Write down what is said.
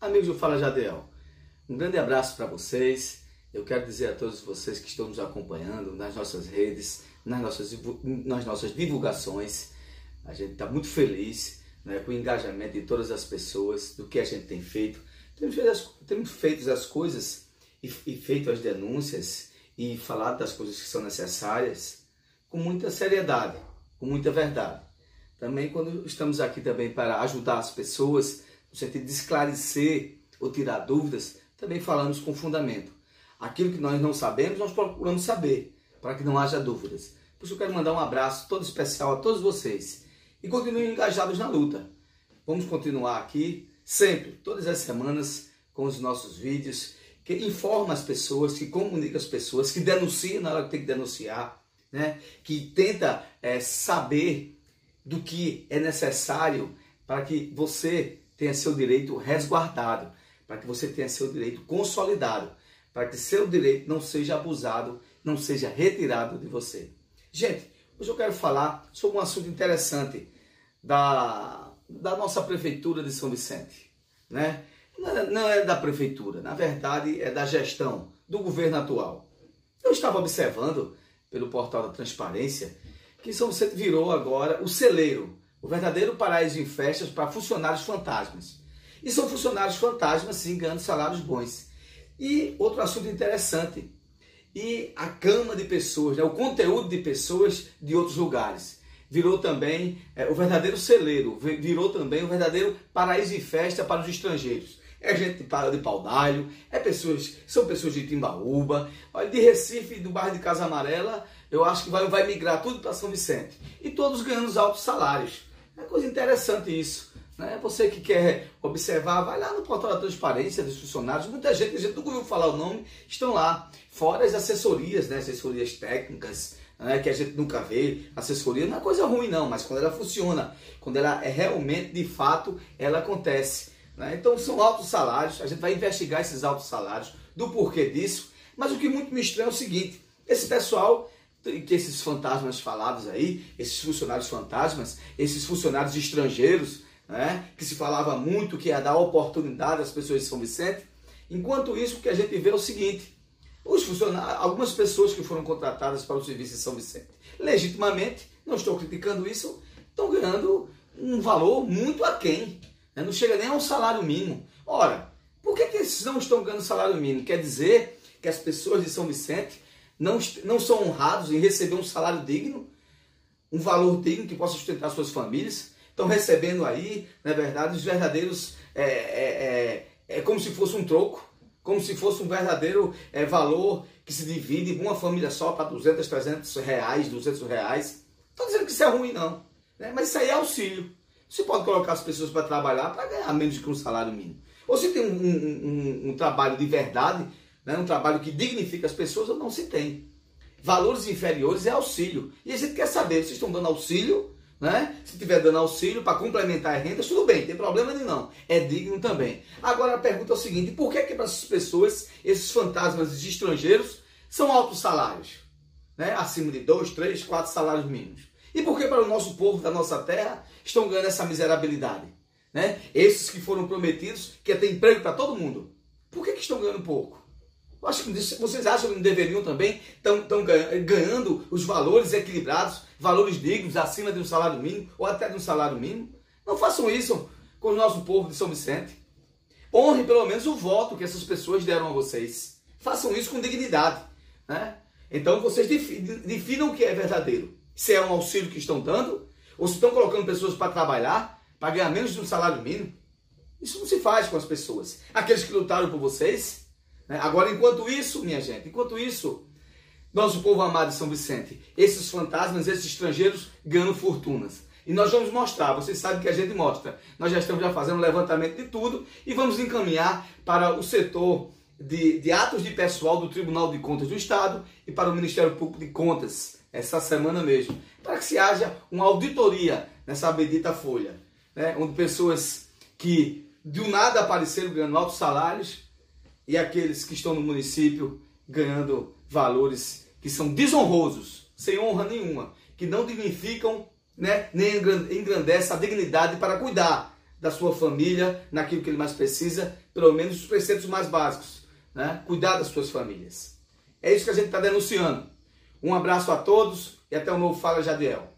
Amigos do Fala Jadiel, um grande abraço para vocês. Eu quero dizer a todos vocês que estão nos acompanhando nas nossas redes, nas nossas divulgações. A gente está muito feliz, né, com o engajamento de todas as pessoas, do que a gente tem feito. Temos feito as coisas e feito as denúncias e falado das coisas que são necessárias com muita seriedade, com muita verdade. Também quando estamos aqui também para ajudar as pessoas, no sentido de esclarecer ou tirar dúvidas, também falamos com fundamento. Aquilo que nós não sabemos, nós procuramos saber, para que não haja dúvidas. Por isso eu quero mandar um abraço todo especial a todos vocês. E continuem engajados na luta. Vamos continuar aqui, sempre, todas as semanas, com os nossos vídeos, que informam as pessoas, que comunicam as pessoas, que denunciam na hora que tem que denunciar, né? Que tenta saber do que é necessário para que você tenha seu direito resguardado, para que você tenha seu direito consolidado, para que seu direito não seja abusado, não seja retirado de você. Gente, hoje eu quero falar sobre um assunto interessante da nossa prefeitura de São Vicente, né? Não é da prefeitura, na verdade é da gestão do governo atual. Eu estava observando pelo portal da Transparência que São Vicente virou agora o celeiro, o verdadeiro paraíso em festas para funcionários fantasmas. E são funcionários fantasmas, sim, ganhando salários bons. E outro assunto interessante, e a gama de pessoas, né, o conteúdo de pessoas de outros lugares. Virou também o verdadeiro celeiro, virou também o verdadeiro paraíso em festa para os estrangeiros. É gente de Paudalho, são pessoas de Timbaúba, de Recife, do bairro de Casa Amarela, eu acho que vai migrar tudo para São Vicente. E todos ganhando os altos salários. É coisa interessante isso, né? Você que quer observar, vai lá no portal da Transparência dos funcionários. Muita gente, a gente nunca ouviu falar o nome, estão lá. Fora as assessorias, né? Assessorias técnicas, né? Que a gente nunca vê. Assessoria não é coisa ruim não, mas quando ela funciona, quando ela é realmente, de fato, ela acontece, né? Então são altos salários, a gente vai investigar esses altos salários, do porquê disso. Mas o que muito me estranha é o seguinte, esse pessoal, que esses fantasmas falados aí, esses funcionários fantasmas, esses funcionários estrangeiros, né, que se falava muito que ia dar oportunidade às pessoas de São Vicente. Enquanto isso, o que a gente vê é o seguinte, algumas pessoas que foram contratadas para o serviço de São Vicente, legitimamente, não estou criticando isso, estão ganhando um valor muito aquém, né, não chega nem a um salário mínimo. Ora, por que eles não estão ganhando salário mínimo? Quer dizer que as pessoas de São Vicente não são honrados em receber um salário digno, um valor digno que possa sustentar suas famílias. Estão recebendo aí, na verdade, os verdadeiros, como se fosse um troco, como se fosse um verdadeiro valor que se divide em uma família só para 200, 300 reais, 200 reais. Estou dizendo que isso é ruim não, né? Mas isso aí é auxílio. Você pode colocar as pessoas para trabalhar para ganhar menos que um salário mínimo. Ou se tem um trabalho de verdade, né? Um trabalho que dignifica as pessoas, ou não se tem. Valores inferiores é auxílio. E a gente quer saber, vocês estão dando auxílio, né? Se estiver dando auxílio para complementar as rendas, tudo bem, não tem problema nenhum. É digno também. Agora a pergunta é o seguinte, por que para essas pessoas, esses fantasmas de estrangeiros, são altos salários? Né? Acima de 2, 3, 4 salários mínimos. E por que para o nosso povo da nossa terra estão ganhando essa miserabilidade? Né? Esses que foram prometidos, que ia ter emprego para todo mundo. Por que estão ganhando pouco? Eu acho que vocês acham que não deveriam também estão ganhando os valores equilibrados, valores dignos, acima de um salário mínimo ou até de um salário mínimo? Não façam isso com o nosso povo de São Vicente. Honrem pelo menos o voto que essas pessoas deram a vocês. Façam isso com dignidade, né? Então vocês definam o que é verdadeiro. Se é um auxílio que estão dando, ou se estão colocando pessoas para trabalhar, para ganhar menos de um salário mínimo. Isso não se faz com as pessoas. Aqueles que lutaram por vocês. Agora, enquanto isso, minha gente, nosso povo amado de São Vicente, esses fantasmas, esses estrangeiros ganham fortunas. E nós vamos mostrar, vocês sabem que a gente mostra. Nós já estamos fazendo um levantamento de tudo e vamos encaminhar para o setor de atos de pessoal do Tribunal de Contas do Estado e para o Ministério Público de Contas, essa semana mesmo, para que se haja uma auditoria nessa bendita folha, né? Onde pessoas que do nada apareceram ganhando altos salários, e aqueles que estão no município ganhando valores que são desonrosos, sem honra nenhuma, que não dignificam, né, nem engrandecem a dignidade para cuidar da sua família, naquilo que ele mais precisa, pelo menos os preceitos mais básicos, né? Cuidar das suas famílias. É isso que a gente está denunciando. Um abraço a todos e até o novo Fala Jadiel.